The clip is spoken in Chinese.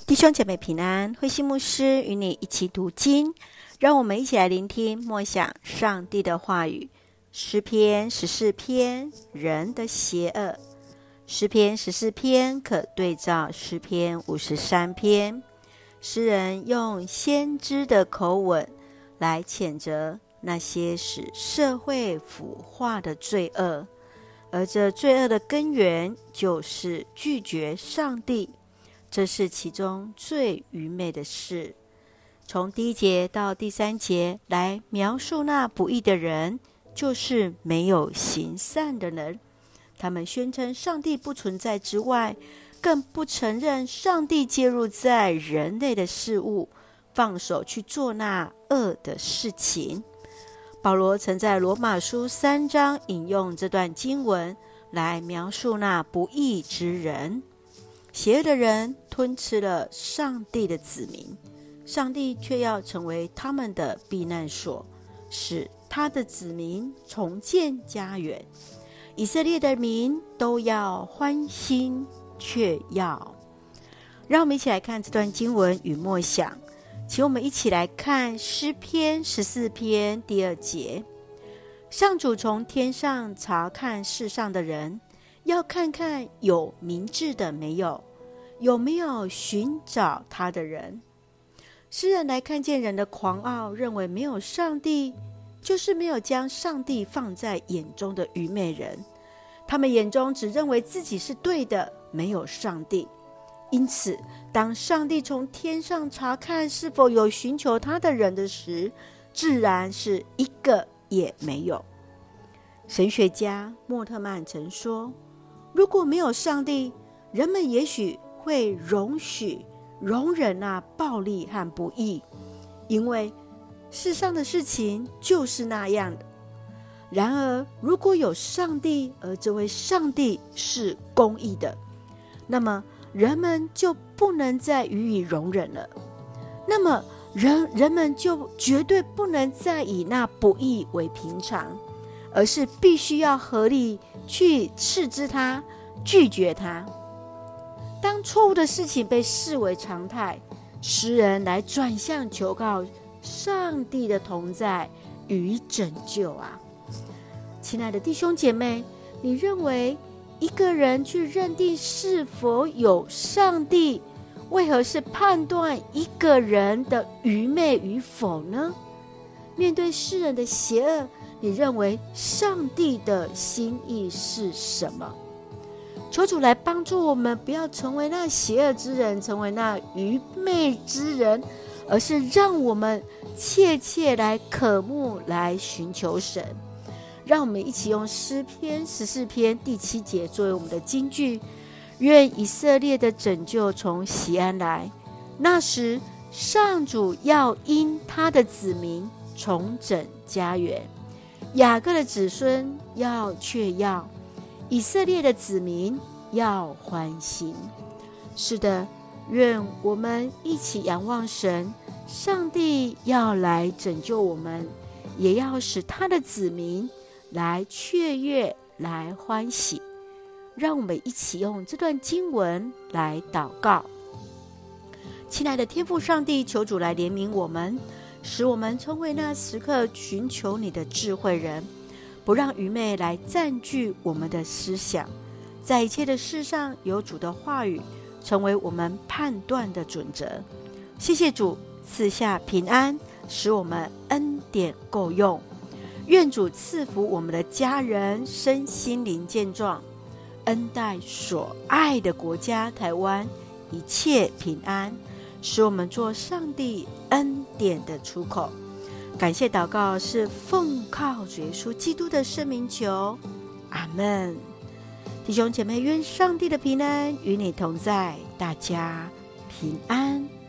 弟兄姐妹平安，慧馨牧师与你一起读经，让我们一起来聆听默想上帝的话语。诗篇14篇，人的邪恶。诗篇14篇可对照诗篇53篇，诗人用先知的口吻来谴责那些使社会腐化的罪恶，而这罪恶的根源就是拒绝上帝，这是其中最愚昧的事。从第1节到第3节来描述那不义的人，就是没有行善的人。他们宣称上帝不存在之外，更不承认上帝介入在人类的事物，放手去做那恶的事情。保罗曾在罗马书3章引用这段经文来描述那不义之人。邪恶的人吞吃了上帝的子民，上帝却要成为他们的避难所，使他的子民重建家园。以色列的民都要欢欣雀跃。让我们一起来看这段经文与默想。请我们一起来看诗篇14篇第2节。上主从天上查看世上的人，要看看有明智的没有，有没有寻找他的人。诗人来看见人的狂傲，认为没有上帝，就是没有将上帝放在眼中的愚昧人。他们眼中只认为自己是对的，没有上帝。因此，当上帝从天上查看是否有寻求他的人的时，自然是一个也没有。神学家莫特曼曾说，如果没有上帝，人们也许会容忍那暴力和不义，因为世上的事情就是那样的。然而，如果有上帝，而这位上帝是公义的，那么人们就不能再予以容忍了。那么人们就绝对不能再以那不义为平常，而是必须要合力去斥之它，拒绝它。当错误的事情被视为常态，诗人来转向求告上帝的同在与拯救啊！亲爱的弟兄姐妹，你认为一个人去认定是否有上帝，为何是判断一个人的愚昧与否呢？面对世人的邪恶，你认为上帝的心意是什么？求主来帮助我们，不要成为那邪恶之人，成为那愚昧之人，而是让我们切切来渴慕，来寻求神。让我们一起用诗篇14篇第7节作为我们的金句。愿以色列的拯救从锡安来，那时上主要因他的子民重整家园，雅各的子孙要雀跃，以色列的子民要欢欣。是的，愿我们一起仰望神，上帝要来拯救我们，也要使他的子民来雀跃，来欢喜。让我们一起用这段经文来祷告。亲爱的天父上帝，求主来怜悯我们，使我们成为那时刻寻求你的智慧人，不让愚昧来占据我们的思想，在一切的事上有主的话语成为我们判断的准则。谢谢主赐下平安，使我们恩典够用。愿主赐福我们的家人身心灵健壮，恩待所爱的国家台湾一切平安，使我们做上帝恩典的出口。感谢祷告是奉靠主耶稣基督的圣名求，阿们。弟兄姐妹，愿上帝的平安与你同在，大家平安。